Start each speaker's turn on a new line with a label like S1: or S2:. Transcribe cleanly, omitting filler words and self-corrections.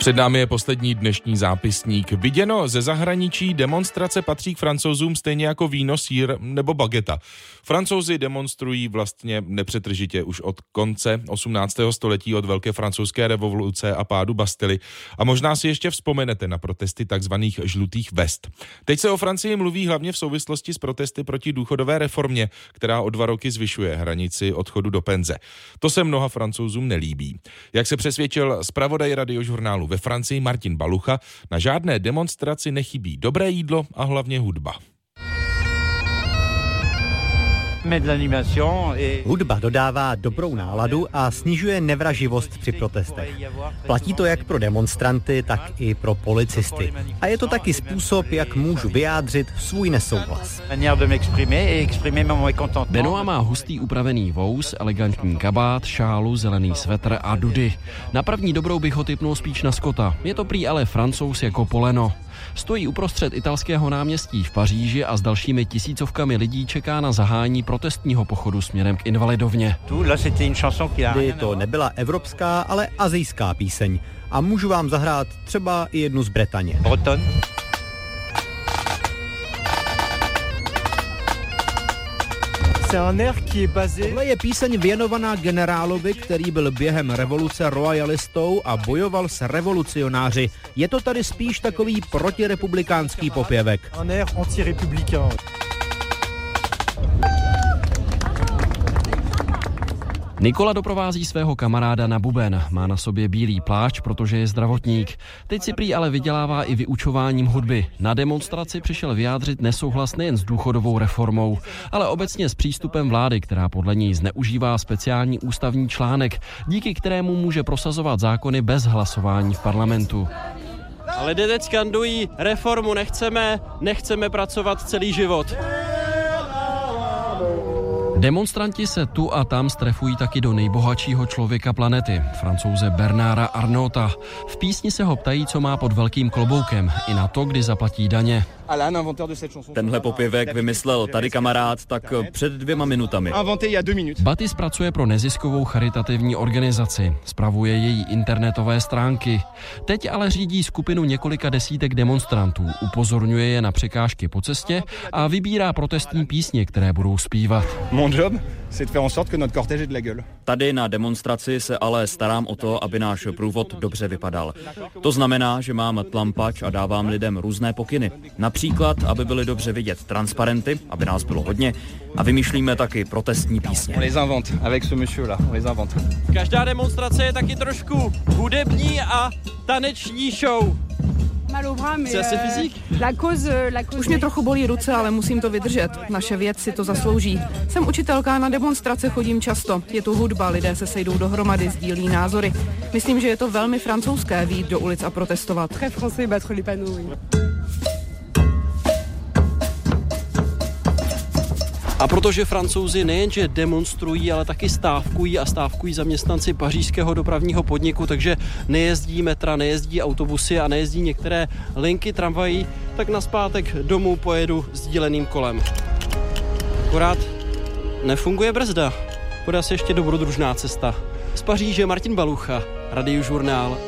S1: Před námi je poslední dnešní zápisník. Viděno ze zahraničí demonstrace patří k Francouzům stejně jako víno, sýr nebo bageta. Francouzi demonstrují vlastně nepřetržitě už od konce 18. století, od Velké francouzské revoluce a pádu Bastily. A možná si ještě vzpomenete na protesty takzvaných žlutých vest. Teď se o Francii mluví hlavně v souvislosti s protesty proti důchodové reformě, která o 2 roky zvyšuje hranici odchodu do penze. To se mnoha Francouzům nelíbí. Jak se přesvědčil zpravodaj Radiožurnálu ve Francii Martin Balucha, na žádné demonstraci nechybí dobré jídlo a hlavně hudba.
S2: Hudba dodává dobrou náladu a snižuje nevraživost při protestech. Platí to jak pro demonstranty, tak i pro policisty. A je to taky způsob, jak můžu vyjádřit svůj nesouhlas.
S3: Benoît má hustý upravený vous, elegantní kabát, šálu, zelený svetr a dudy. Na první dobrou bych ho tipnul spíš na Scotta. Je to prý ale Francouz jako poleno. Stojí uprostřed italského náměstí v Paříži a s dalšími tisícovkami lidí čeká na zahájení protestního pochodu směrem k Invalidovně.
S2: Kdy to nebyla evropská, ale asijská píseň. A můžu vám zahrát třeba i jednu z Bretaně. Tohle je píseň věnovaná generálovi, který byl během revoluce royalistou a bojoval s revolucionáři. Je to tady spíš takový protirepublikánský popěvek.
S3: Nikola doprovází svého kamaráda na buben. Má na sobě bílý plášť, protože je zdravotník. Teď si prý ale vydělává i vyučováním hudby. Na demonstraci přišel vyjádřit nesouhlas nejen s důchodovou reformou, ale obecně s přístupem vlády, která podle něj zneužívá speciální ústavní článek, díky kterému může prosazovat zákony bez hlasování v parlamentu.
S4: A lidé teď skandují reformu nechceme pracovat celý život.
S3: Demonstranti se tu a tam strefují taky do nejbohatšího člověka planety, Francouze Bernarda Arnaulta. V písni se ho ptají, co má pod velkým kloboukem, i na to, kdy zaplatí daně.
S5: Tenhle popěvek vymyslel tady kamarád tak před 2 minutami.
S3: Batis pracuje pro neziskovou charitativní organizaci, spravuje její internetové stránky. Teď ale řídí skupinu několika desítek demonstrantů, upozorňuje je na překážky po cestě a vybírá protestní písně, které budou zpívat.
S5: Tady na demonstraci se ale starám o to, aby náš průvod dobře vypadal. To znamená, že mám tlampač a dávám lidem různé pokyny. Například, aby byly dobře vidět transparenty, aby nás bylo hodně, a vymýšlíme taky protestní písně.
S4: Každá demonstrace je taky trošku hudební a taneční show.
S6: Už mě trochu bolí ruce, ale musím to vydržet. Naše věc si to zaslouží. Jsem učitelka, na demonstrace chodím často. Je tu hudba, lidé se sejdou dohromady, sdílí názory. Myslím, že je to velmi francouzské vyjít do ulic a protestovat.
S4: A protože Francouzi nejenže demonstrují, ale taky stávkují zaměstnanci pařížského dopravního podniku, takže nejezdí metra, nejezdí autobusy a nejezdí některé linky tramvají, tak nazpátek domů pojedu sdíleným kolem. Akorát nefunguje brzda. Bude asi ještě dobrodružná cesta. Z Paříže Martin Balucha, Radiožurnál.